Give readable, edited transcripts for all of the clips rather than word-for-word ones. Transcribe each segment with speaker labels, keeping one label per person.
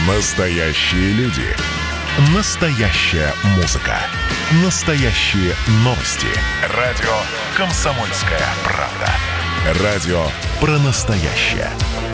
Speaker 1: Настоящие люди. Настоящая музыка. Настоящие новости. Радио «Комсомольская правда». Радио про настоящее.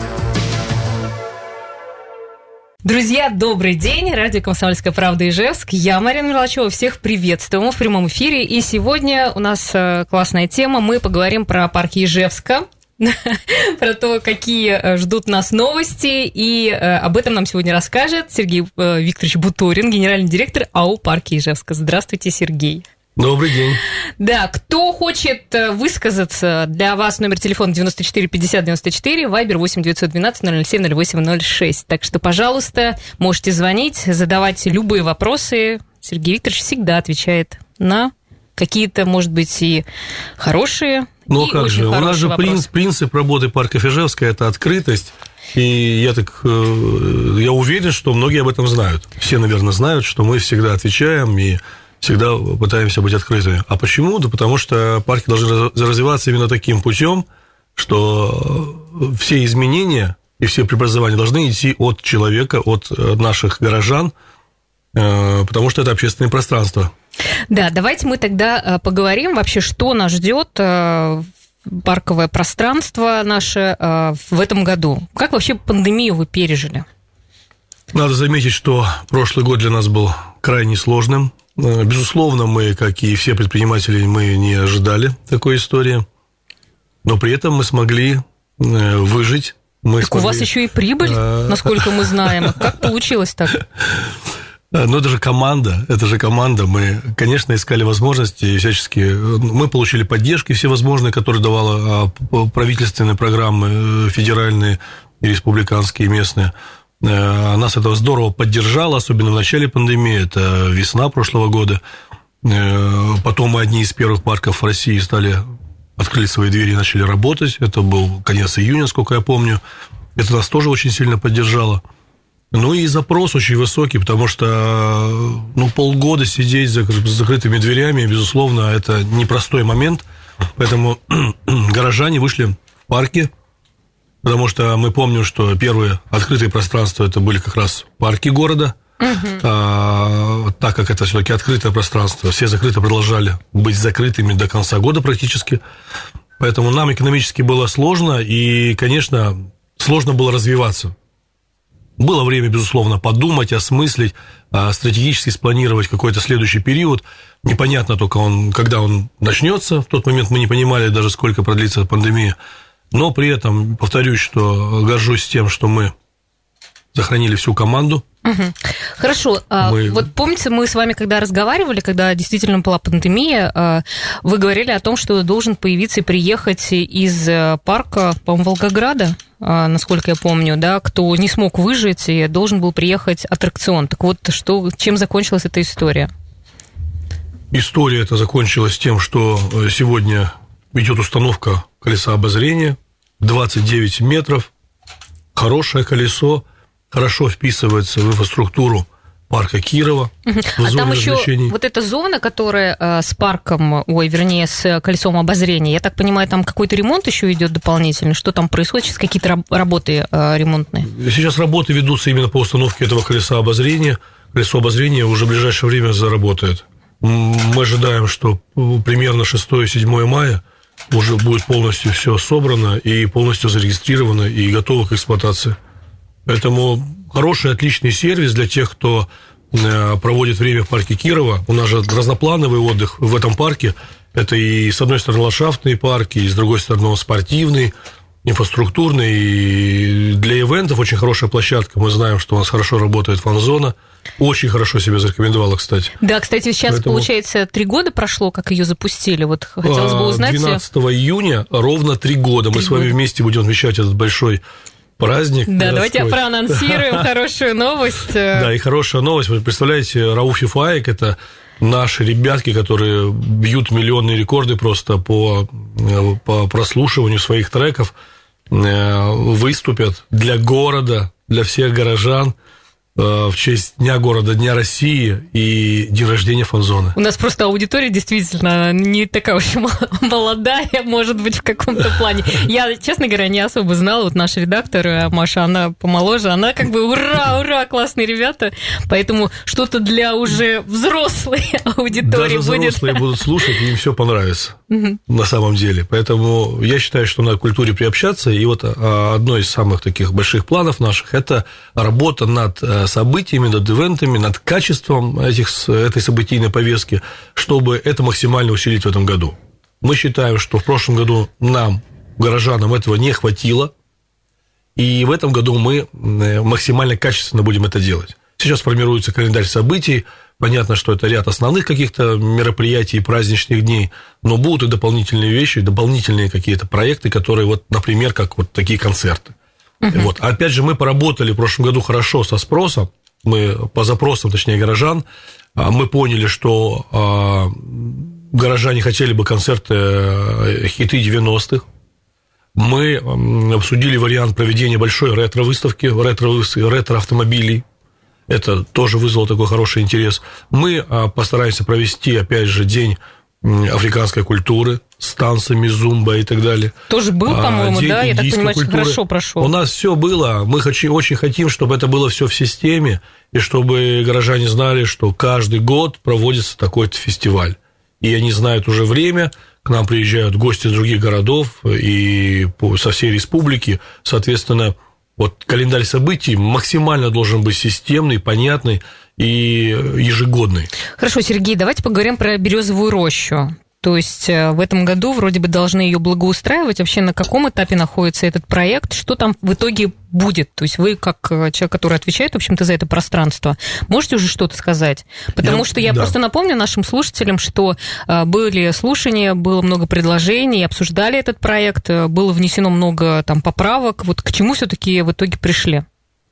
Speaker 2: Друзья, добрый день. Радио «Комсомольская правда» Ижевск. Я, Марина Мерлачева. Всех приветствуем в прямом эфире. И сегодня у нас классная тема. Мы поговорим про парки Ижевска, про то, какие ждут нас новости. И об этом нам сегодня расскажет Сергей Викторович Буторин, генеральный директор АО «Парки Ижевска». Здравствуйте, Сергей.
Speaker 3: Добрый день.
Speaker 2: Да, кто хочет высказаться, для вас номер телефона 94 50 94, вайбер 8 912 007 08 06. Так что, пожалуйста, можете звонить, задавать любые вопросы. Сергей Викторович всегда отвечает на какие-то, может быть, и хорошие,
Speaker 3: ну,
Speaker 2: и
Speaker 3: как
Speaker 2: очень
Speaker 3: же?
Speaker 2: хорошие
Speaker 3: У нас же
Speaker 2: вопросы.
Speaker 3: принцип работы парков Ижевска – это открытость. И я уверен, что многие об этом знают. Все, наверное, знают, что мы всегда отвечаем и всегда пытаемся быть открытыми. А почему? Да потому что парки должны развиваться именно таким путем, что все изменения и все преобразования должны идти от человека, от наших горожан, потому что это общественное пространство.
Speaker 2: Да, давайте мы тогда поговорим вообще, что нас ждет парковое пространство наше в этом году. Как вообще пандемию вы пережили?
Speaker 3: Надо заметить, что прошлый год для нас был крайне сложным. Безусловно, мы, как и все предприниматели, мы не ожидали такой истории, но при этом мы смогли выжить. У
Speaker 2: вас еще и прибыль, насколько мы знаем. Как получилось так?
Speaker 3: Ну, это же команда. Мы, конечно, искали возможности всячески. Мы получили поддержки всевозможные, которые давала правительственные программы, федеральные, республиканские, местные. Нас это здорово поддержало, особенно в начале пандемии, это весна прошлого года. Потом мы одни из первых парков в России открыли свои двери и начали работать. Это был конец июня, сколько я помню. Это нас тоже очень сильно поддержало. Ну и запрос очень высокий, потому что полгода сидеть с закрытыми дверями, безусловно, это непростой момент. Поэтому горожане вышли в парки, потому что мы помним, что первые открытые пространства это были как раз парки города. Так как это все-таки открытое пространство, все закрыто продолжали быть закрытыми до конца года практически. Поэтому нам экономически было сложно, и, конечно, сложно было развиваться. Было время, безусловно, подумать, осмыслить, стратегически спланировать какой-то следующий период. Непонятно только, когда он начнется. В тот момент мы не понимали даже, сколько продлится пандемия. Но при этом, повторюсь, что горжусь тем, что мы сохранили всю команду.
Speaker 2: Хорошо. Вот помните, мы с вами когда разговаривали, когда действительно была пандемия, вы говорили о том, что должен появиться и приехать из парка, по-моему, Волгограда, насколько я помню, да, кто не смог выжить, и должен был приехать аттракцион. Так вот, чем закончилась эта история?
Speaker 3: История эта закончилась тем, что сегодня идет установка колеса обозрения, 29 метров, хорошее колесо, хорошо вписывается в инфраструктуру парка Кирова.
Speaker 2: А там еще вот эта зона, которая с парком, с колесом обозрения, я так понимаю, там какой-то ремонт еще идет дополнительно? Что там происходит? Сейчас какие-то работы ремонтные?
Speaker 3: Сейчас работы ведутся именно по установке этого колеса обозрения. Колесо обозрения уже в ближайшее время заработает. Мы ожидаем, что примерно 6-7 мая уже будет полностью все собрано и полностью зарегистрировано и готово к эксплуатации. Поэтому хороший, отличный сервис для тех, кто проводит время в парке Кирова. У нас же разноплановый отдых в этом парке. Это и, с одной стороны, ландшафтные парки, и, с другой стороны, спортивный, инфраструктурный. И для ивентов очень хорошая площадка. Мы знаем, что у нас хорошо работает фан-зона. Очень хорошо себя зарекомендовала, кстати.
Speaker 2: Да, кстати, сейчас, получается, 3 года прошло, как ее запустили. Вот хотелось бы узнать.
Speaker 3: 12 июня ровно 3 года. Мы с вами вместе будем отмечать этот большой праздник.
Speaker 2: Да, давайте проанонсируем хорошую новость.
Speaker 3: Да, и хорошая новость. Вы представляете, Рауф и Фаик – это наши ребятки, которые бьют миллионные рекорды просто по прослушиванию своих треков, выступят для города, для всех горожан в честь Дня города, Дня России и день рождения фан-зоны.
Speaker 2: У нас просто аудитория действительно не такая уж молодая, может быть, в каком-то плане. Я, честно говоря, не особо знала. Вот наш редактор Маша, она помоложе, она как бы ура, классные ребята. Поэтому что-то для уже взрослой аудитории
Speaker 3: даже
Speaker 2: будет.
Speaker 3: Взрослые будут слушать, и им все понравится на самом деле. Поэтому я считаю, что надо к культуре приобщаться. И вот одно из самых таких больших планов наших – это работа над событиями, над ивентами, над качеством этой событийной повестки, чтобы это максимально усилить в этом году. Мы считаем, что в прошлом году нам, горожанам, этого не хватило, и в этом году мы максимально качественно будем это делать. Сейчас формируется календарь событий, понятно, что это ряд основных каких-то мероприятий и праздничных дней, но будут и дополнительные вещи, дополнительные какие-то проекты, которые, вот, например, как вот такие концерты. Вот. Опять же, мы поработали в прошлом году хорошо со спросом, мы по запросам, точнее, горожан, мы поняли, что горожане хотели бы концерты хиты 90-х. Мы обсудили вариант проведения большой ретро-выставки, ретро-автомобилей. Это тоже вызвало такой хороший интерес. Мы постараемся провести, опять же, день африканской культуры с танцами, зумба и так далее.
Speaker 2: Тоже был, по-моему, да? Я так понимаю, что хорошо прошел.
Speaker 3: У нас все было. Мы очень хотим, чтобы это было все в системе, и чтобы горожане знали, что каждый год проводится такой-то фестиваль. И они знают уже время, к нам приезжают гости из других городов и со всей республики. Соответственно, вот календарь событий максимально должен быть системный, понятный и ежегодный.
Speaker 2: Хорошо, Сергей, давайте поговорим про Березовую рощу. То есть в этом году вроде бы должны ее благоустраивать. Вообще на каком этапе находится этот проект? Что там в итоге будет? То есть вы, как человек, который отвечает, в общем-то, за это пространство, можете уже что-то сказать? Потому что я просто напомню нашим слушателям, что были слушания, было много предложений, обсуждали этот проект, было внесено много там поправок. Вот к чему все-таки в итоге пришли?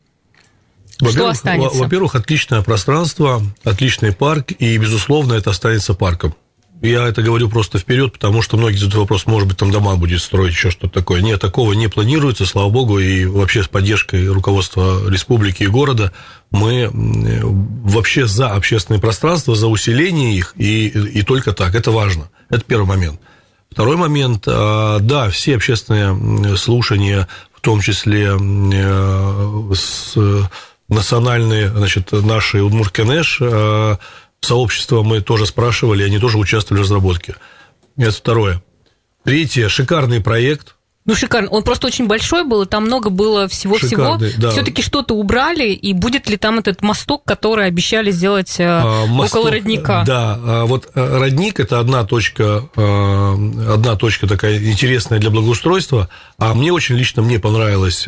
Speaker 2: Что останется?
Speaker 3: Во-первых, отличное пространство, отличный парк, и, безусловно, это останется парком. Я это говорю просто вперед, потому что многие задают вопрос, может быть, там дома будет строить, еще что-то такое. Нет, такого не планируется, слава богу, и вообще с поддержкой руководства республики и города мы вообще за общественное пространство, за усиление их, и только так, это важно. Это первый момент. Второй момент, да, все общественные слушания, в том числе с национальные, значит, наши Удмурт-Кенеш, сообщества мы тоже спрашивали, они тоже участвовали в разработке. Это второе. Третье, шикарный проект.
Speaker 2: Ну, шикарно. Он просто очень большой был, и там много было всего-всего. Да. Все-таки что-то убрали, и будет ли там этот мосток, который обещали сделать около родника?
Speaker 3: Да, вот родник – это одна точка такая интересная для благоустройства, а мне очень лично понравилось.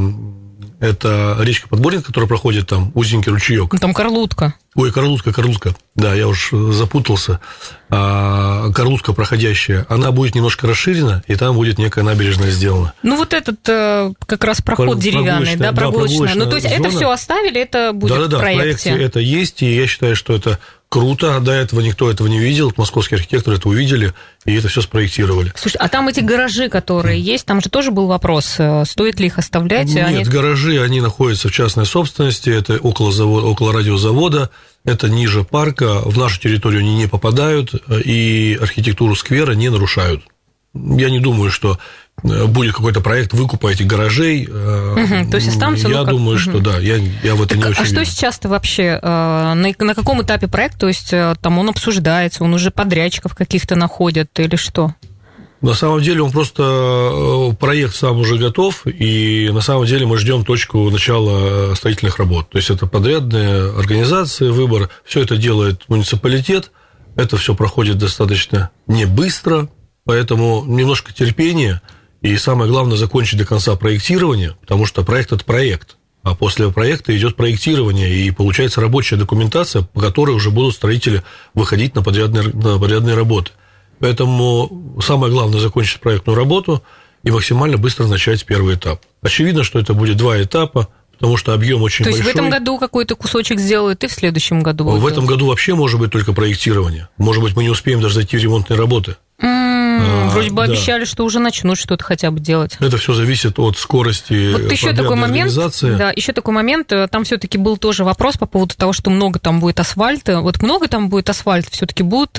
Speaker 3: Это речка Подборник, которая проходит там, узенький ручеёк.
Speaker 2: Там Карлутка.
Speaker 3: Ой, Карлутка. Да, я уж запутался. Карлутка проходящая, она будет немножко расширена, и там будет некая набережная сделана.
Speaker 2: Ну, вот этот как раз проход деревянный, да, прогулочная. Ну, то есть, это все оставили, это будет в проекте? Да, в проекте
Speaker 3: это есть, и я считаю, что это круто. До этого никто этого не видел, московские архитекторы это увидели, и это все спроектировали.
Speaker 2: Слушай, а там эти гаражи, которые есть, там же тоже был вопрос, стоит ли их оставлять?
Speaker 3: Нет, гаражи, они находятся в частной собственности, это около радиозавода, это ниже парка, в нашу территорию они не попадают, и архитектуру сквера не нарушают. Я не думаю, что будет какой-то проект выкупа этих гаражей.
Speaker 2: То есть останутся...
Speaker 3: Я думаю, что да, я в это не очень верю.
Speaker 2: А что сейчас-то вообще, на каком этапе проект, то есть там он обсуждается, он уже подрядчиков каких-то находит или что?
Speaker 3: На самом деле он просто, проект сам уже готов, и на самом деле мы ждем точку начала строительных работ. То есть это подрядные организации, выбор, все это делает муниципалитет, это все проходит достаточно не быстро, поэтому немножко терпения, и самое главное закончить до конца проектирование, потому что проект – это проект, а после проекта идет проектирование, и получается рабочая документация, по которой уже будут строители выходить на подрядные работы. Поэтому самое главное – закончить проектную работу и максимально быстро начать первый этап. Очевидно, что это будет 2 этапа, потому что объем очень большой.
Speaker 2: То есть в этом году какой-то кусочек сделают, и в следующем году будет?
Speaker 3: В этом году вообще может быть только проектирование. Может быть, мы не успеем даже зайти в ремонтные работы.
Speaker 2: Вроде бы обещали, что уже начнут что-то хотя бы делать.
Speaker 3: Это все зависит от скорости.
Speaker 2: Вот еще такой момент, да, еще такой момент, там все-таки был тоже вопрос по поводу того, что много там будет асфальта. Вот много там будет асфальта, все-таки будут,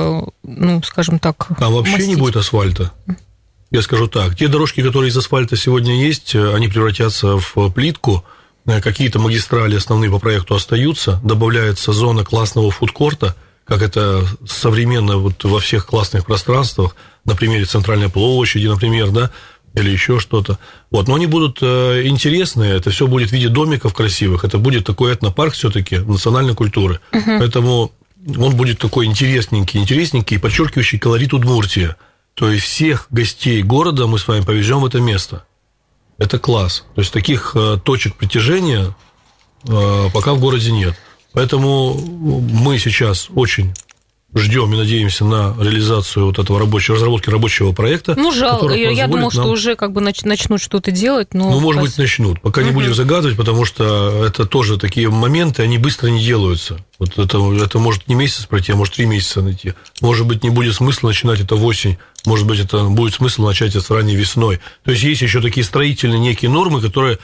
Speaker 2: ну, скажем так,
Speaker 3: А вообще
Speaker 2: мастить?
Speaker 3: Не будет асфальта. Я скажу так, те дорожки, которые из асфальта сегодня есть, они превратятся в плитку, какие-то магистрали основные по проекту остаются, добавляется зона классного фудкорта, как это современно вот во всех классных пространствах, на примере Центральной площади, например, да, или еще что-то. Вот. Но они будут интересные, это все будет в виде домиков красивых, это будет такой этнопарк все-таки национальной культуры. Поэтому он будет такой интересненький, подчеркивающий колорит Удмуртии. То есть всех гостей города мы с вами повезем в это место. Это класс. То есть таких точек притяжения пока в городе нет. Поэтому мы сейчас очень ждем и надеемся на реализацию вот этого разработки рабочего проекта.
Speaker 2: Ну, жалко. Я думал, что уже как бы начнут что-то делать. Но
Speaker 3: может быть, начнут. Пока не будем загадывать, потому что это тоже такие моменты, они быстро не делаются. Вот это может не месяц пройти, а может 3 месяца найти. Может быть, не будет смысла начинать это в осень. Может быть, это будет смысл начать это ранней весной. То есть есть еще такие строительные некие нормы,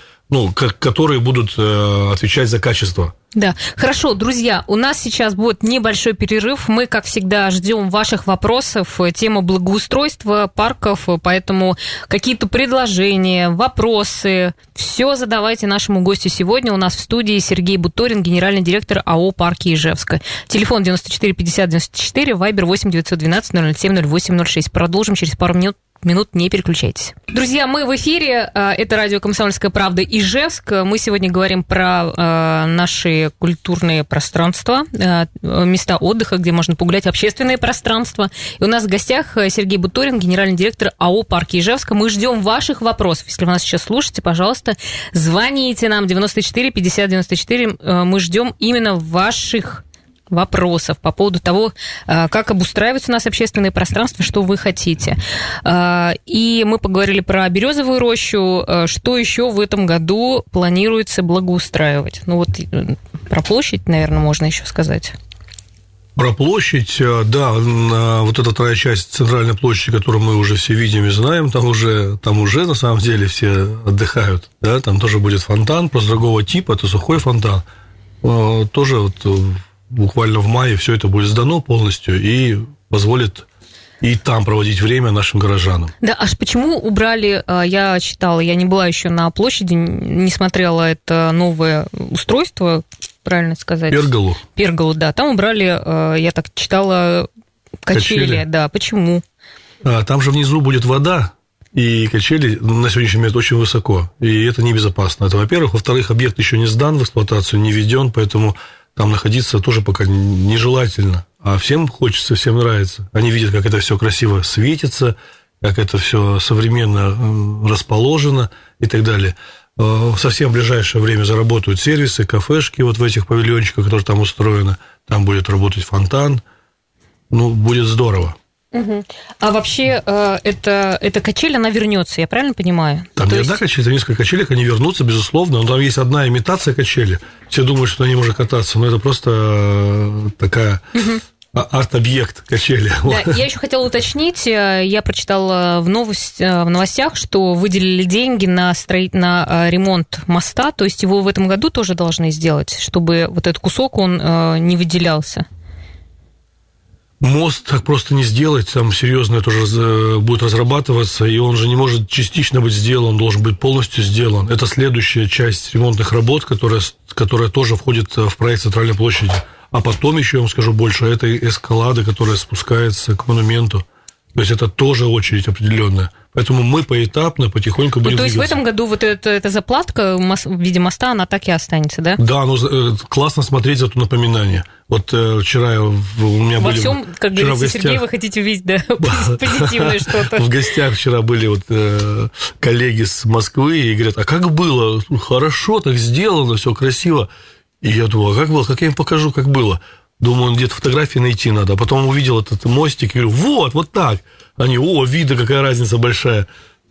Speaker 3: которые будут отвечать за качество.
Speaker 2: Да, хорошо, друзья, у нас сейчас будет небольшой перерыв. Мы, как всегда, ждем ваших вопросов. Тема благоустройства парков, поэтому какие-то предложения, вопросы, все задавайте нашему гостю сегодня. У нас в студии Сергей Буторин, генеральный директор АО «Парки Ижевска». Телефон 94 50 94, вайбер 8 912 007 08 06. Продолжим через пару минут, не переключайтесь. Друзья, мы в эфире, это радио «Комсомольская правда» Ижевск. Мы сегодня говорим про наши культурные пространства, места отдыха, где можно погулять, общественные пространства. И у нас в гостях Сергей Буторин, генеральный директор АО «Парки Ижевска». Мы ждем ваших вопросов. Если вы нас сейчас слушаете, пожалуйста, звоните нам 94 50 94. Мы ждем именно ваших вопросов по поводу того, как обустраиваются у нас общественные пространства, что вы хотите. И мы поговорили про Березовую рощу. Что еще в этом году планируется благоустраивать? Ну вот про площадь, наверное, можно еще сказать.
Speaker 3: Про площадь, да, вот эта вторая часть центральной площади, которую мы уже все видим и знаем, там уже на самом деле все отдыхают, да, там тоже будет фонтан, просто другого типа, это сухой фонтан, тоже вот буквально в мае все это будет сдано полностью и позволит и там проводить время нашим горожанам. Да, аж
Speaker 2: почему убрали, я читала, я не была еще на площади, не смотрела это новое устройство, правильно сказать? Перголу, да, там убрали, я так читала, качели. Да, почему?
Speaker 3: Там же внизу будет вода, и качели на сегодняшний момент очень высоко, и это небезопасно. Это, во-первых. Во-вторых, объект еще не сдан в эксплуатацию, не введен, поэтому там находиться тоже пока нежелательно. А всем хочется, всем нравится. Они видят, как это все красиво светится, как это все современно расположено и так далее. Совсем в ближайшее время заработают сервисы, кафешки вот в этих павильончиках, которые там устроены. Там будет работать фонтан. Ну, будет здорово.
Speaker 2: Угу. А вообще, эта качель, она вернется, я правильно понимаю?
Speaker 3: Там не одна качель, там несколько качелек, они вернутся, безусловно, но там есть одна имитация качели. Все думают, что на ней можно кататься, но это просто такая арт-объект качели.
Speaker 2: Да, я еще хотела уточнить, я прочитала в новостях, что выделили деньги на ремонт моста, то есть его в этом году тоже должны сделать, чтобы вот этот кусок, он не выделялся.
Speaker 3: Мост так просто не сделать, там серьезно тоже будет разрабатываться, и он же не может частично быть сделан, он должен быть полностью сделан. Это следующая часть ремонтных работ, которая тоже входит в проект Центральной площади. А потом еще, я вам скажу больше, это эскалада, которая спускается к монументу. То есть это тоже очередь определенная. Поэтому мы поэтапно, потихоньку будем двигаться.
Speaker 2: То есть в этом году вот эта заплатка в виде моста, она так и останется, да?
Speaker 3: Да, классно смотреть за это напоминание. Вот вчера у меня
Speaker 2: Во
Speaker 3: были...
Speaker 2: всем, как говорится, Сергей, вы хотите увидеть, да, позитивное что-то.
Speaker 3: В гостях вчера были вот коллеги с Москвы и говорят, а как было? Хорошо, так сделано, все красиво. И я думал, а как было? Как я им покажу, как было? Думаю, где-то фотографии найти надо. А потом увидел этот мостик и говорю, вот так. Они, видно, какая разница большая.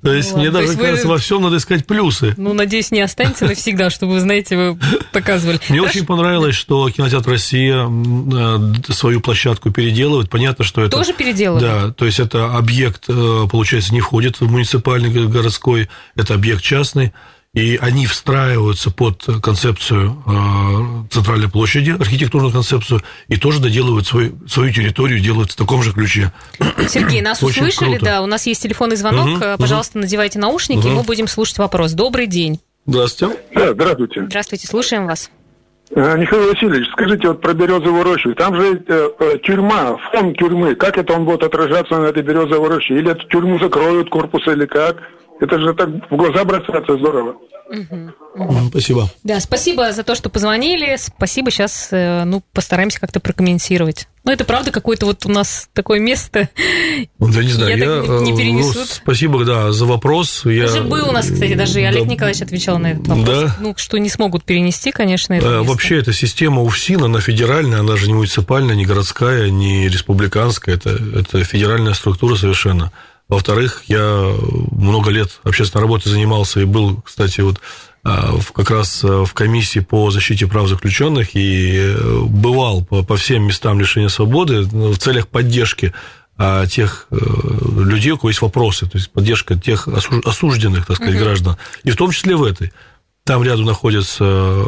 Speaker 3: То есть мне даже кажется, во всем надо искать плюсы.
Speaker 2: Ну, надеюсь, не останется навсегда, чтобы, вы знаете, вы показывали.
Speaker 3: Мне очень понравилось, что кинотеатр «Россия» свою площадку переделывает. Понятно, что это...
Speaker 2: Тоже переделывает?
Speaker 3: Да, то есть это объект, получается, не входит в муниципальный, городской, это объект частный. И они встраиваются под концепцию центральной площади, архитектурную концепцию, и тоже доделывают свою территорию, делают в таком же ключе.
Speaker 2: Сергей, нас
Speaker 3: очень
Speaker 2: услышали,
Speaker 3: круто.
Speaker 2: Да, у нас есть телефонный звонок, пожалуйста, надевайте наушники, и мы будем слушать вопрос. Добрый день.
Speaker 3: Здравствуйте.
Speaker 4: Да, здравствуйте.
Speaker 2: Здравствуйте, слушаем вас.
Speaker 4: Михаил Васильевич, скажите, вот про Березовую рощу, там же тюрьма, фон тюрьмы, как это он будет отражаться на этой Березовой роще? Или эту тюрьму закроют, корпус, или как? Это же так в глаза бросается здорово.
Speaker 3: Спасибо.
Speaker 2: Да, спасибо за то, что позвонили. Спасибо. Сейчас постараемся как-то прокомментировать. Ну, это правда какое-то вот у нас такое место.
Speaker 3: Да, не знаю,
Speaker 2: не перенесут.
Speaker 3: Спасибо, да, за вопрос.
Speaker 2: Уже был у нас, кстати, даже Олег Николаевич отвечал на этот вопрос.
Speaker 3: Да.
Speaker 2: Ну, что не смогут перенести, конечно, это место.
Speaker 3: Вообще, эта система УФСИН, она федеральная, она же не муниципальная, не городская, не республиканская. Это федеральная структура совершенно. Во-вторых, я много лет общественной работой занимался и был, кстати, вот как раз в комиссии по защите прав заключенных и бывал по всем местам лишения свободы в целях поддержки тех людей, у кого есть вопросы, то есть поддержка тех осужденных, так сказать, граждан, и в том числе в этой. Там рядом находится,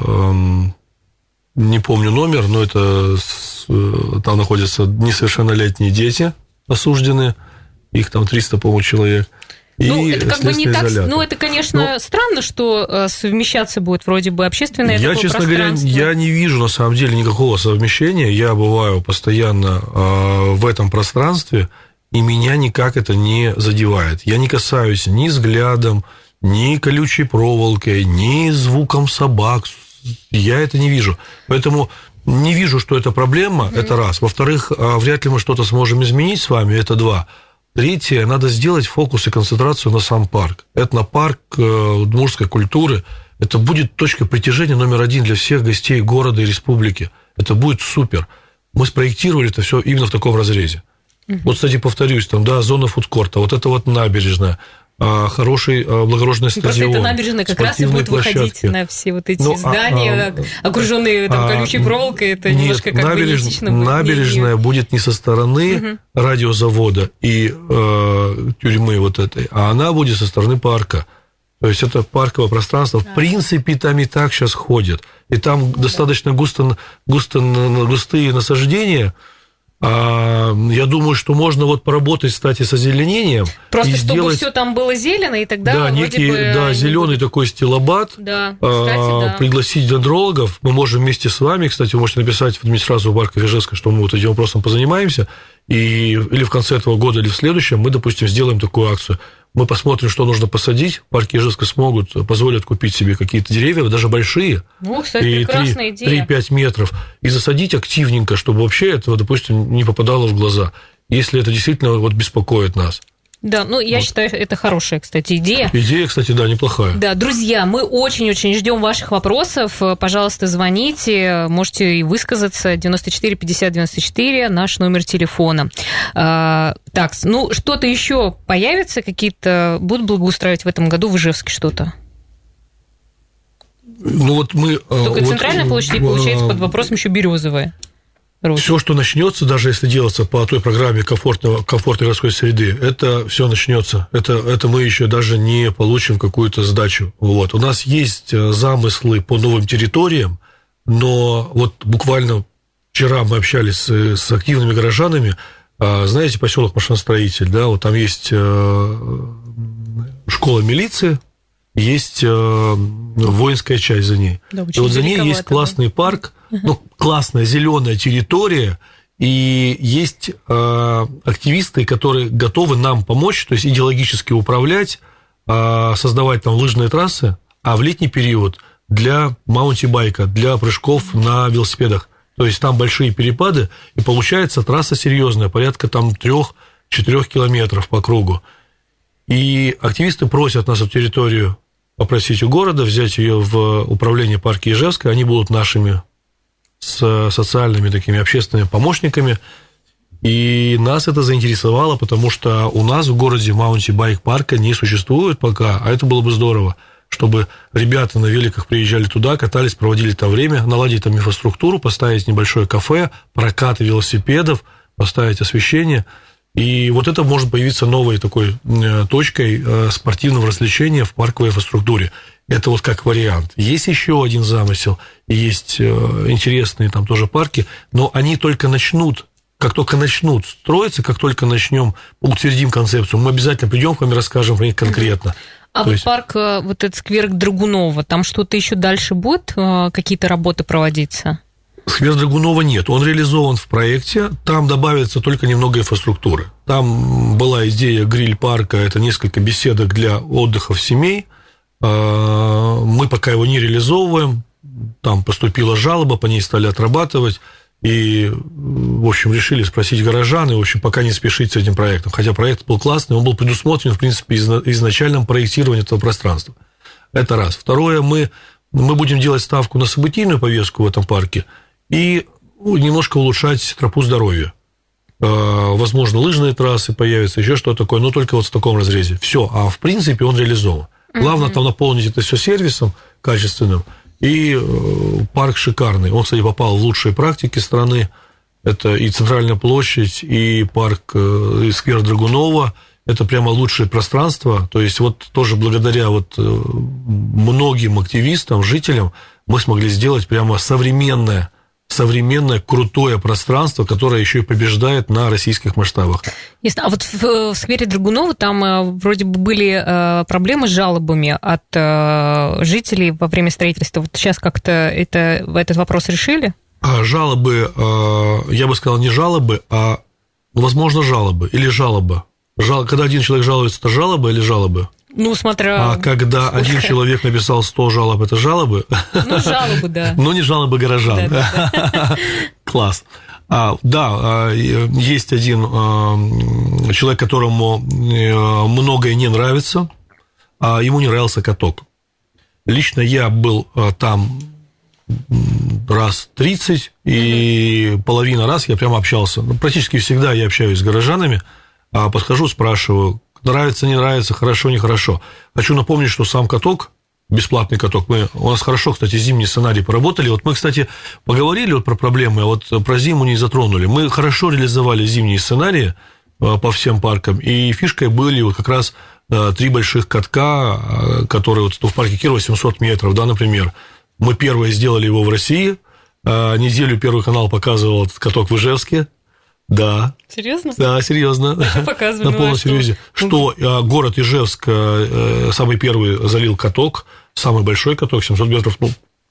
Speaker 3: не помню номер, но там находятся несовершеннолетние дети осужденные, их там 300, по-моему, человек.
Speaker 2: Ну, это как бы не так... Ну, это, конечно, странно, что совмещаться будет вроде бы общественное такое
Speaker 3: пространство. Я, честно говоря, я не вижу, на самом деле, никакого совмещения. Я бываю постоянно в этом пространстве, и меня никак это не задевает. Я не касаюсь ни взглядом, ни колючей проволокой, ни звуком собак. Я это не вижу. Поэтому... Не вижу, что это проблема, это раз. Во-вторых, вряд ли мы что-то сможем изменить с вами, это два. Третье, надо сделать фокус и концентрацию на сам парк. Этнопарк удмуртской культуры, это будет точка притяжения номер один для всех гостей города и республики. Это будет супер. Мы спроектировали это все именно в таком разрезе. Вот, кстати, повторюсь, там, да, зона фудкорта, вот это вот набережная, хороший благородный стадион.
Speaker 2: Просто эта набережная как раз и будет выходить на все вот эти здания, окруженные там колючей проволокой, это немножко как бы неэтично.
Speaker 3: Набережная будет не со стороны радиозавода и тюрьмы вот этой, а она будет со стороны парка. То есть это парковое пространство. В принципе, там и так сейчас ходят. И там достаточно густые насаждения. Я думаю, что можно вот поработать, кстати, с озеленением.
Speaker 2: Просто чтобы все там было зелено, и тогда
Speaker 3: да, некий, да, зеленый такой стилобат.
Speaker 2: Да, кстати, да.
Speaker 3: Пригласить дендрологов. Мы можем вместе с вами, кстати, вы можете написать в администрацию парка Ижевска, что мы вот этим вопросом позанимаемся. Или в конце этого года, или в следующем мы, допустим, сделаем такую акцию. Мы посмотрим, что нужно посадить. В парке Ижевска позволят купить себе какие-то деревья, даже большие.
Speaker 2: Ну, кстати, прекрасная идея.
Speaker 3: 3-5 метров. И засадить активненько, чтобы вообще этого, допустим, не попадало в глаза. Если это действительно вот беспокоит нас.
Speaker 2: Да, ну, я считаю, это хорошая, кстати, идея.
Speaker 3: Идея, кстати, да, неплохая.
Speaker 2: Да, друзья, мы очень-очень ждем ваших вопросов. Пожалуйста, звоните, можете и высказаться. 94 50 94, наш номер телефона. Так, ну, что-то еще появится? Какие-то будут благоустраивать в этом году в Ижевске что-то?
Speaker 3: Ну, вот мы...
Speaker 2: Только центральная площадь, получается, под вопросом еще Березовая.
Speaker 3: Все, что начнется, даже если делаться по той программе комфортной городской среды, это все начнется. Это мы еще даже не получим какую-то сдачу. Вот. У нас есть замыслы по новым территориям, но вот буквально вчера мы общались с активными горожанами. Знаете, поселок Машиностроитель, да, вот там есть школа милиции, есть воинская часть за ней. Да, и вот за ней есть классный парк, ну, классная зеленая территория, и есть активисты, которые готовы нам помочь, то есть идеологически управлять, создавать там лыжные трассы, а в летний период для маунтибайка, для прыжков на велосипедах. То есть там большие перепады, и получается трасса серьезная, порядка там 3-4 километров по кругу. И активисты просят нас эту территорию попросить у города, взять ее в управление парка Ижевска, они будут нашими с социальными такими общественными помощниками, И нас это заинтересовало, потому что у нас в городе маунти-байк-парка не существует пока, а это было бы здорово, чтобы ребята на великах приезжали туда, катались, проводили там время, наладить там инфраструктуру, поставить небольшое кафе, прокаты велосипедов, поставить освещение. И вот это может появиться новой такой точкой спортивного развлечения в парковой инфраструктуре. Это вот как вариант. Есть еще один замысел, есть интересные там тоже парки, но они только начнут. Как только начнут строиться, как только утвердим концепцию, мы обязательно придем к вам и расскажем про них конкретно.
Speaker 2: А вот парк, вот этот сквер Драгунова, там что-то еще дальше будет, какие-то работы проводиться?
Speaker 3: Сквер Драгунова нет, он реализован в проекте, там добавится только немного инфраструктуры. Там была идея гриль-парка, это несколько беседок для отдыхов семей. Мы пока его не реализовываем, там поступила жалоба, по ней стали отрабатывать. И, в общем, решили спросить горожан, и, в общем, пока не спешить с этим проектом. Хотя проект был классный, он был предусмотрен, в принципе, изначальном проектировании этого пространства. Это раз. Второе, мы будем делать ставку на событийную повестку в этом парке и немножко улучшать тропу здоровья. Возможно, лыжные трассы появятся, еще что-то такое, но только вот в таком разрезе. Все, а в принципе он реализован. Главное там наполнить это все сервисом качественным. И парк шикарный. Он, кстати, попал в лучшие практики страны. Это и Центральная площадь, и парк, и сквер Драгунова. Это прямо лучшее пространство. То есть вот тоже благодаря вот многим активистам, жителям мы смогли сделать прямо современное, крутое пространство, которое еще и побеждает на российских масштабах.
Speaker 2: Ясно. А вот в сквере Драгунова там вроде бы были проблемы с жалобами от жителей во время строительства. Вот сейчас как-то этот вопрос решили?
Speaker 3: Жалобы, я бы сказал, не жалобы, а, возможно, жалобы или жалоба. Когда один человек жалуется, это жалоба или жалобы?
Speaker 2: Ну, смотря...
Speaker 3: А когда один человек написал 100 жалоб, это жалобы?
Speaker 2: Ну, жалобы, да.
Speaker 3: Но не жалобы горожан. Класс. Да, есть один человек, которому многое не нравится, а ему не нравился каток. Лично я был там раз 30, и половина раз я прямо общался. Практически всегда я общаюсь с горожанами, подхожу, спрашиваю, нравится, не нравится, хорошо, нехорошо. Хочу напомнить, что сам каток, бесплатный каток, у нас хорошо, кстати, зимний сценарий поработали. Вот мы, кстати, поговорили вот про проблемы, а вот про зиму не затронули. Мы хорошо реализовали зимние сценарии по всем паркам, и фишкой были вот как раз 3 больших катка, которые вот в парке Кирова 700 метров, да, например. Мы первые сделали его в России, неделю Первый канал показывал этот каток в Ижевске. Да.
Speaker 2: Серьезно?
Speaker 3: Да, серьезно.
Speaker 2: Показывали.
Speaker 3: На полном серьезе. Что город Ижевск самый первый залил каток, самый большой каток, 700 метров,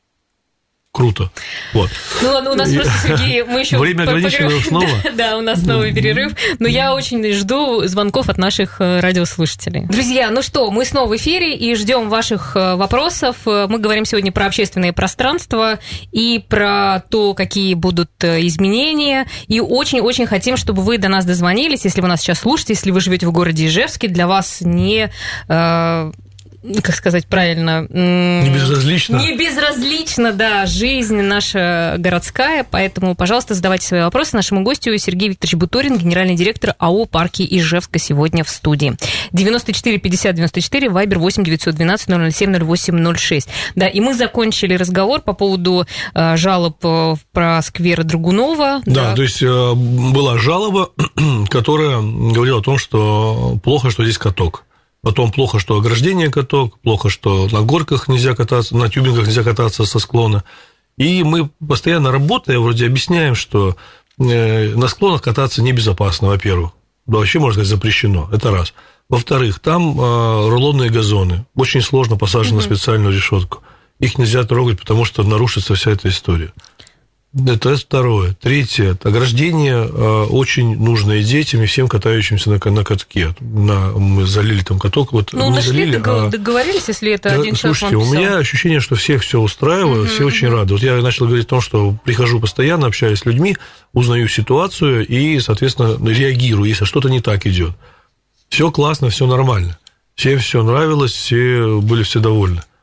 Speaker 3: круто. Вот.
Speaker 2: Ну ладно, у нас просто, Сергей, мы еще...
Speaker 3: Время ограничено снова.
Speaker 2: Да, у нас новый перерыв. Но я очень жду звонков от наших радиослушателей. Друзья, ну что, мы снова в эфире и ждем ваших вопросов. Мы говорим сегодня про общественное пространство и про то, какие будут изменения. И очень-очень хотим, чтобы вы до нас дозвонились, если вы нас сейчас слушаете, если вы живете в городе Ижевске, для вас не... как сказать правильно?
Speaker 3: Не безразлично.
Speaker 2: Не безразлично, да, жизнь наша городская, поэтому, пожалуйста, задавайте свои вопросы нашему гостю Сергей Викторович Буторин, генеральный директор АО «Парки Ижевска», сегодня в студии. 94 50 94, вайбер 8 912 007 08 06. Да, и мы закончили разговор по поводу жалоб про сквер Драгунова.
Speaker 3: Да, то есть была жалоба, которая говорила о том, что плохо, что здесь каток. Потом плохо, что ограждение каток, плохо, что на горках нельзя кататься, на тюбингах нельзя кататься со склона. И мы постоянно работая, вроде объясняем, что на склонах кататься небезопасно, во-первых. Да, вообще, можно сказать, запрещено. Это раз. Во-вторых, там рулонные газоны. Очень сложно посажены на специальную решетку. Их нельзя трогать, потому что нарушится вся эта история. Это второе. Третье. Ограждение очень нужное детям и всем катающимся на катке. Мы залили там каток. Вот,
Speaker 2: ну, нашли, договорились, если это один человек вам писал.
Speaker 3: У меня ощущение, что всех все устраивает, все очень рады. Вот я начал говорить о том, что прихожу постоянно, общаюсь с людьми, узнаю ситуацию и, соответственно, реагирую, если что-то не так идет. Все классно, все нормально. Всем все нравилось, все были все довольны.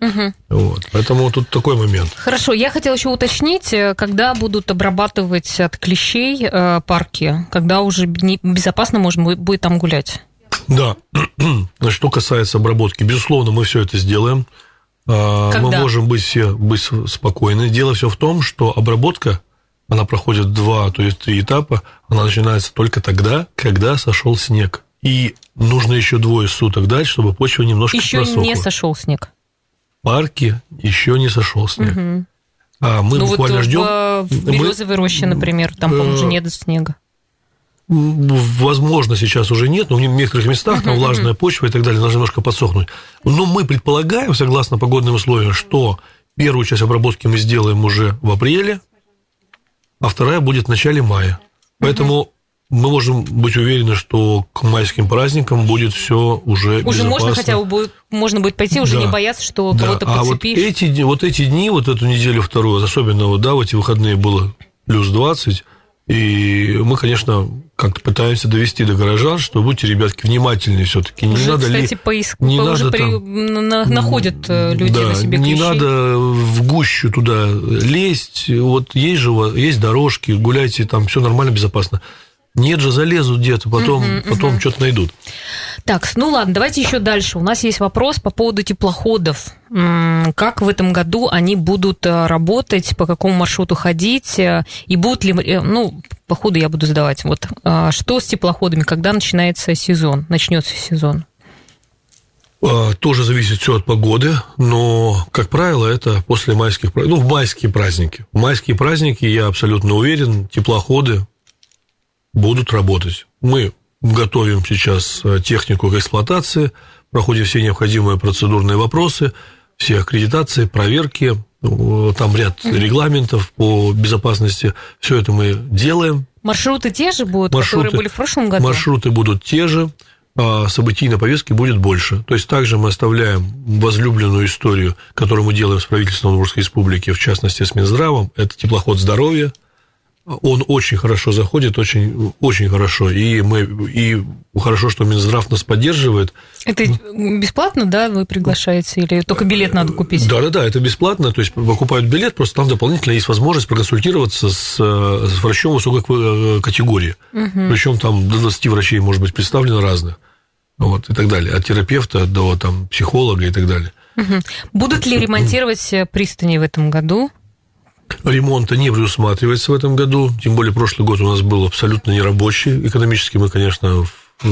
Speaker 3: Вот. Поэтому тут такой момент.
Speaker 2: Хорошо, я хотела еще уточнить, когда будут обрабатывать от клещей парки, когда уже безопасно можно будет там гулять?
Speaker 3: Да, что касается обработки, безусловно, мы все это сделаем. Когда? Мы можем быть спокойны. Дело все в том, что обработка, она проходит 2, то есть 3 этапа, она начинается только тогда, когда сошел снег. И нужно еще 2 суток дать, чтобы почва немножко просохла.
Speaker 2: Еще не сошел снег.
Speaker 3: В парке еще не сошел снег. Мы буквально ждем.
Speaker 2: В Березовой роще, например, там, по-моему, уже нет снега.
Speaker 3: Возможно, сейчас уже нет, но в некоторых местах там влажная почва и так далее, должна немножко подсохнуть. Но мы предполагаем, согласно погодным условиям, что первую часть обработки мы сделаем уже в апреле, а вторая будет в начале мая. Поэтому мы можем быть уверены, что к майским праздникам будет все уже безопасно.
Speaker 2: Можно хотя бы можно будет пойти, уже не бояться, что кого-то подцепишь.
Speaker 3: А вот эти дни, вот эту неделю вторую, особенно в эти выходные было плюс 20, и мы, конечно, как-то пытаемся довести до горожан, что будьте, ребятки, внимательнее все-таки. Не надо
Speaker 2: находят люди на себе клещей.
Speaker 3: Не надо в гущу туда лезть. Вот есть дорожки, гуляйте, там все нормально, безопасно. Нет же, залезут где-то, потом что-то найдут.
Speaker 2: Так, ну ладно, давайте еще дальше. У нас есть вопрос по поводу теплоходов. Как в этом году они будут работать, по какому маршруту ходить, и будут ли... по ходу я буду задавать. Вот, что с теплоходами, когда начнется сезон?
Speaker 3: Тоже зависит все от погоды, но, как правило, это после майских праздников. В майские праздники. В майские праздники, я абсолютно уверен, теплоходы будут работать. Мы готовим сейчас технику к эксплуатации, проходим все необходимые процедурные вопросы, все аккредитации, проверки, там ряд регламентов по безопасности. Все это мы делаем.
Speaker 2: Маршруты те же будут, которые были в прошлом году?
Speaker 3: Маршруты будут те же, а событийной повестки будет больше. То есть также мы оставляем возлюбленную историю, которую мы делаем с правительством Удмуртской республики, в частности с Минздравом, это теплоход здоровья. Он очень хорошо заходит, очень, очень хорошо. И хорошо, что Минздрав нас поддерживает.
Speaker 2: Это бесплатно, да, вы приглашаете? Или только билет надо купить?
Speaker 3: Да, это бесплатно. То есть покупают билет, просто там дополнительно есть возможность проконсультироваться с врачом высокой категории. Причем там до 20 врачей может быть представлено разных. Вот, и так далее. От терапевта до там, психолога и так далее.
Speaker 2: Будут ли ремонтировать пристани в этом году?
Speaker 3: Ремонта не предусматривается в этом году, тем более прошлый год у нас был абсолютно нерабочий. Экономически мы, конечно,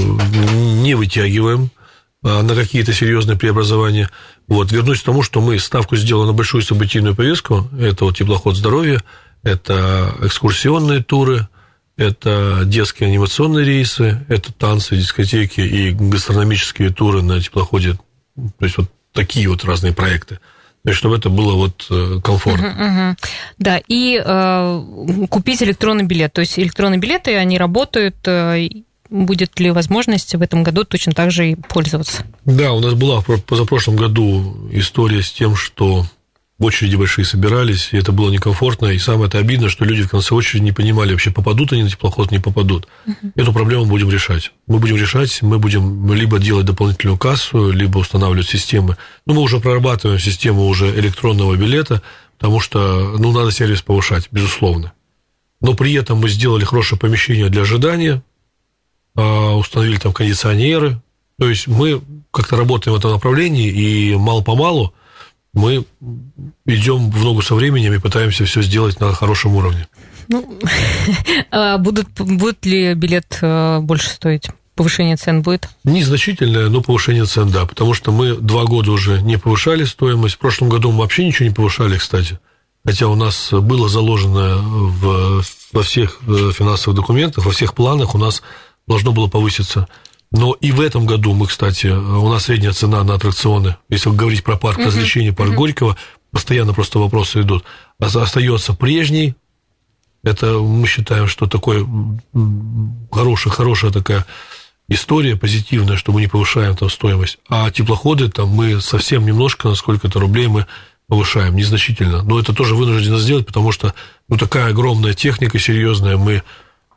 Speaker 3: не вытягиваем на какие-то серьезные преобразования. Вот. Вернусь к тому, что мы ставку сделали на большую событийную повестку. Это вот теплоход здоровья, это экскурсионные туры, это детские анимационные рейсы, это танцы, дискотеки и гастрономические туры на теплоходе. То есть вот такие вот разные проекты. То есть, чтобы это было вот комфортно.
Speaker 2: Да, и купить электронный билет. То есть, электронные билеты, они работают. Будет ли возможность в этом году точно так же и пользоваться?
Speaker 3: Да, у нас была в позапрошлом году история с тем, что очереди большие собирались, и это было некомфортно. И самое это обидно, что люди в конце очереди не понимали, вообще попадут они на теплоход, не попадут. Эту проблему будем решать. Мы будем либо делать дополнительную кассу, либо устанавливать системы. Мы уже прорабатываем систему уже электронного билета, потому что, надо сервис повышать, безусловно. Но при этом мы сделали хорошее помещение для ожидания, установили там кондиционеры. То есть, мы как-то работаем в этом направлении, и мало-помалу мы идем в ногу со временем и пытаемся все сделать на хорошем уровне.
Speaker 2: Будет ли билет больше стоить? Повышение цен будет?
Speaker 3: Незначительное, но повышение цен, да. Потому что мы 2 года уже не повышали стоимость. В прошлом году мы вообще ничего не повышали, кстати. Хотя у нас было заложено во всех финансовых документах, во всех планах у нас должно было повыситься. Но и в этом году мы, кстати, у нас средняя цена на аттракционы, если говорить про парк развлечений, парк Горького, постоянно просто вопросы идут, остается прежней. Это мы считаем, что такое хорошая такая история, позитивная, что мы не повышаем там стоимость. А теплоходы там мы совсем немножко, на сколько-то рублей мы повышаем, незначительно. Но это тоже вынуждены сделать, потому что такая огромная техника серьезная,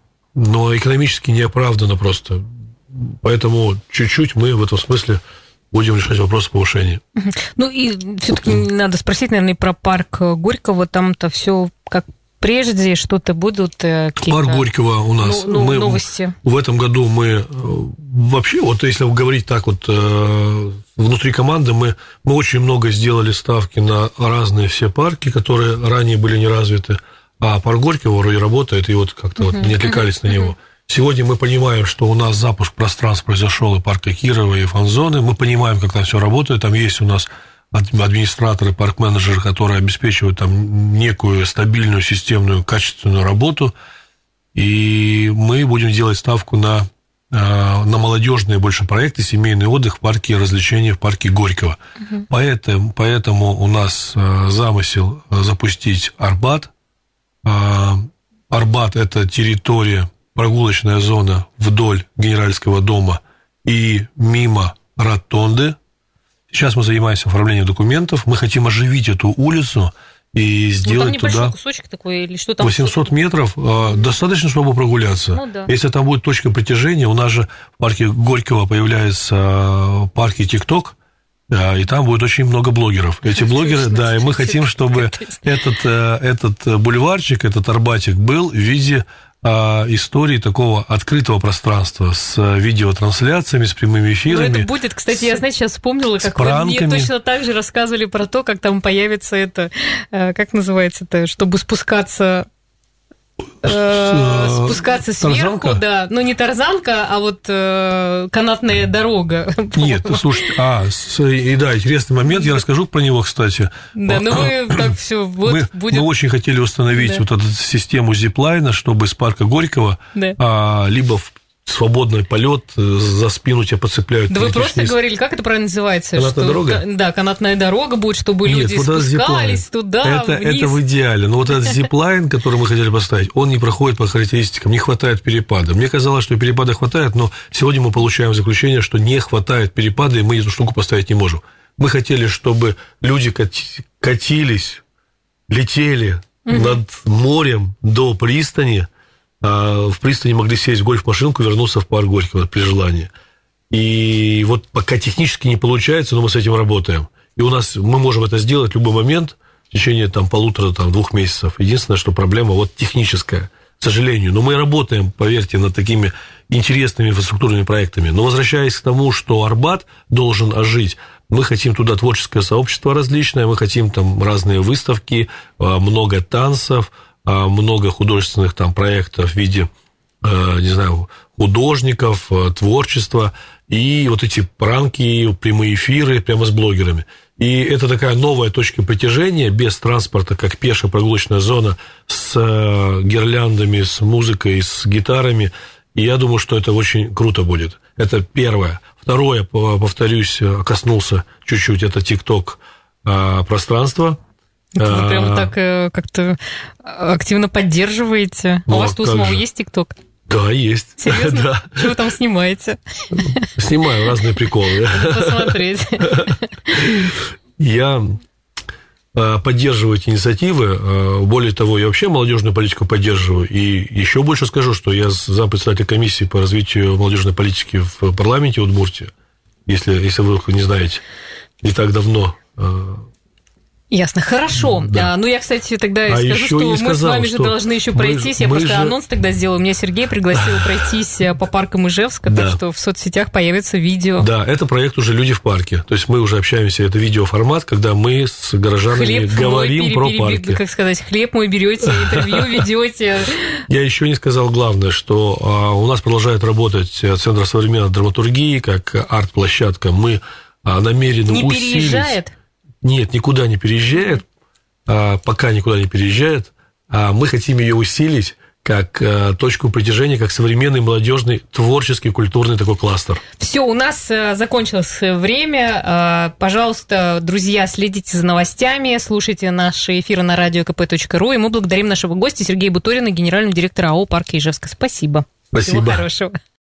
Speaker 3: но экономически неоправданно просто. Поэтому чуть-чуть мы в этом смысле будем решать вопрос повышения.
Speaker 2: Ну и все-таки надо спросить, наверное, про парк Горького. Там-то все как прежде, что-то будут какие-то...
Speaker 3: Парк Горького у нас...
Speaker 2: новости.
Speaker 3: В этом году мы... Вообще, вот если говорить так вот внутри команды, мы очень много сделали ставки на разные все парки, которые ранее были не развиты, а парк Горького вроде работает, и вот как-то вот не отвлекались на него. Сегодня мы понимаем, что у нас запуск пространств произошел и парка Кирова, и фан-зоны. Мы понимаем, как там все работает. Там есть у нас администраторы, парк-менеджеры, которые обеспечивают там некую стабильную, системную, качественную работу. И мы будем делать ставку на молодежные больше проекты, семейный отдых в парке развлечений, в парке Горького. Поэтому у нас замысел запустить Арбат. Арбат – это территория, прогулочная зона вдоль Генеральского дома и мимо Ротонды. Сейчас мы занимаемся оформлением документов. Мы хотим оживить эту улицу и сделать
Speaker 2: там
Speaker 3: туда...
Speaker 2: кусочек такой, или что там?
Speaker 3: 800 метров, достаточно, чтобы прогуляться.
Speaker 2: Ну, да.
Speaker 3: Если там будет точка притяжения, у нас же в парке Горького появляется парки ТикТок, и там будет очень много блогеров. Эти блогеры, да, и мы хотим, чтобы этот бульварчик, этот Арбатик был в виде истории такого открытого пространства с видеотрансляциями, с прямыми эфирами.
Speaker 2: Ну, это будет, кстати, я, знаете, сейчас вспомнила, как вы мне точно так же рассказывали про то, как там появится это, как называется-то, чтобы спускаться сверху,
Speaker 3: тарзанка?
Speaker 2: Да, ну не тарзанка, а вот канатная дорога.
Speaker 3: Нет, слушайте, да, интересный момент, я расскажу про него, кстати.
Speaker 2: Да, ну мы так все, вот будет.
Speaker 3: Мы очень хотели установить вот эту систему зиплайна, чтобы с парка Горького либо в свободный полет за спину тебя подцепляют.
Speaker 2: Да вы просто говорили, как это правильно называется?
Speaker 3: Канатная дорога?
Speaker 2: Да, канатная дорога будет, чтобы люди спускались туда, вниз.
Speaker 3: Это в идеале. Но вот этот зиплайн, который мы хотели поставить, он не проходит по характеристикам, не хватает перепада. Мне казалось, что перепада хватает, но сегодня мы получаем заключение, что не хватает перепада, и мы эту штуку поставить не можем. Мы хотели, чтобы люди катились, летели над морем до пристани, в пристани могли сесть в гольф-машинку и вернуться в парк Горького при желании. И вот пока технически не получается, но мы с этим работаем. И мы можем это сделать в любой момент в течение 1,5-2 месяцев. Единственное, что проблема вот техническая, к сожалению. Но мы работаем, поверьте, над такими интересными инфраструктурными проектами. Но возвращаясь к тому, что Арбат должен ожить, мы хотим туда творческое сообщество различное, мы хотим там разные выставки, много танцев, много художественных там проектов в виде, не знаю, художников, творчества, и вот эти пранки, прямые эфиры прямо с блогерами. И это такая новая точка притяжения, без транспорта, как пешая прогулочная зона, с гирляндами, с музыкой, с гитарами. И я думаю, что это очень круто будет. Это первое. Второе, повторюсь, коснулся чуть-чуть, это ТикТок пространство.
Speaker 2: Вы прям так как-то активно поддерживаете. У вас у самого есть ТикТок?
Speaker 3: Да, есть.
Speaker 2: Серьезно?
Speaker 3: Да.
Speaker 2: Что вы там снимаете?
Speaker 3: Снимаю разные приколы.
Speaker 2: Посмотреть.
Speaker 3: Я поддерживаю эти инициативы. Более того, я вообще молодежную политику поддерживаю. И еще больше скажу, что я зампредседателя комиссии по развитию молодежной политики в парламенте Удмуртии. Если вы не знаете, не так давно.
Speaker 2: Ясно, хорошо.
Speaker 3: Да.
Speaker 2: Ну, я, кстати, тогда скажу, что мы с вами же должны еще пройтись. Я просто анонс тогда сделаю. Меня Сергей пригласил пройтись по паркам Ижевска, так что в соцсетях появится видео.
Speaker 3: Да, это проект уже «Люди в парке». То есть мы уже общаемся, это видеоформат, когда мы с горожанами говорим про парки.
Speaker 2: Как сказать, хлеб мой берете, интервью ведете.
Speaker 3: Я еще не сказал главное, что у нас продолжает работать Центр современной драматургии, как арт-площадка. Мы намерены усилить...
Speaker 2: Не переезжает?
Speaker 3: Нет, никуда не переезжает, пока никуда не переезжает. Мы хотим ее усилить как точку притяжения, как современный, молодежный, творческий, культурный такой кластер.
Speaker 2: Все, у нас закончилось время. Пожалуйста, друзья, следите за новостями, слушайте наши эфиры на radiokp.ru. И мы благодарим нашего гостя Сергея Буторина, генерального директора АО «Парк Ижевска». Спасибо.
Speaker 3: Спасибо.
Speaker 2: Всего хорошего.